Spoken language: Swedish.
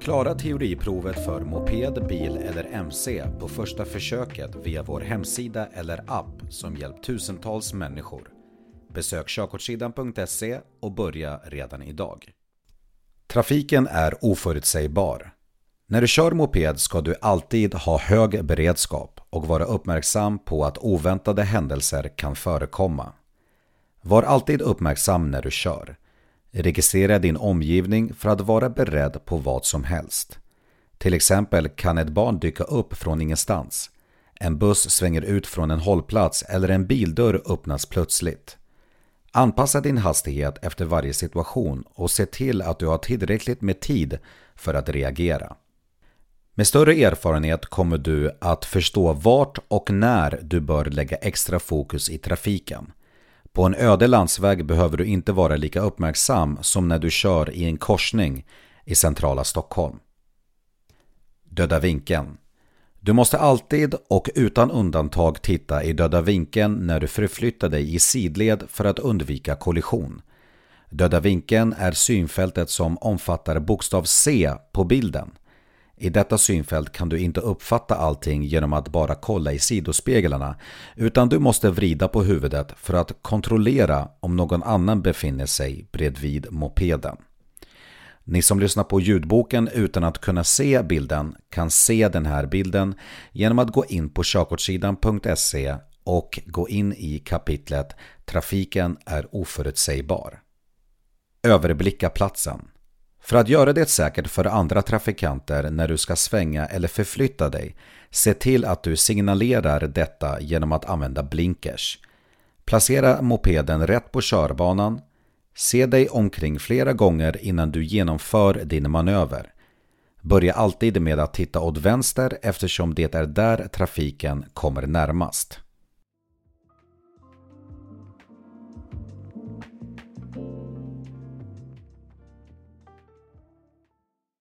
Klara teoriprovet för moped, bil eller MC på första försöket via vår hemsida eller app som hjälpt tusentals människor. Besök körkortssidan.se och börja redan idag. Trafiken är oförutsägbar. När du kör moped ska du alltid ha hög beredskap och vara uppmärksam på att oväntade händelser kan förekomma. Var alltid uppmärksam när du kör. Registrera din omgivning för att vara beredd på vad som helst. Till exempel kan ett barn dyka upp från ingenstans. En buss svänger ut från en hållplats eller en bildörr öppnas plötsligt. Anpassa din hastighet efter varje situation och se till att du har tillräckligt med tid för att reagera. Med större erfarenhet kommer du att förstå vart och när du bör lägga extra fokus i trafiken. På en öde landsväg behöver du inte vara lika uppmärksam som när du kör i en korsning i centrala Stockholm. Döda vinkeln. Du måste alltid och utan undantag titta i döda vinkeln när du förflyttar dig i sidled för att undvika kollision. Döda vinkeln är synfältet som omfattar bokstav C på bilden. I detta synfält kan du inte uppfatta allting genom att bara kolla i sidospeglarna, utan du måste vrida på huvudet för att kontrollera om någon annan befinner sig bredvid mopeden. Ni som lyssnar på ljudboken utan att kunna se bilden kan se den här bilden genom att gå in på körkortssidan.se och gå in i kapitlet Trafiken är oförutsägbar. Överblicka platsen. För att göra det säkert för andra trafikanter när du ska svänga eller förflytta dig, se till att du signalerar detta genom att använda blinkers. Placera mopeden rätt på körbanan. Se dig omkring flera gånger innan du genomför din manöver. Börja alltid med att titta åt vänster eftersom det är där trafiken kommer närmast.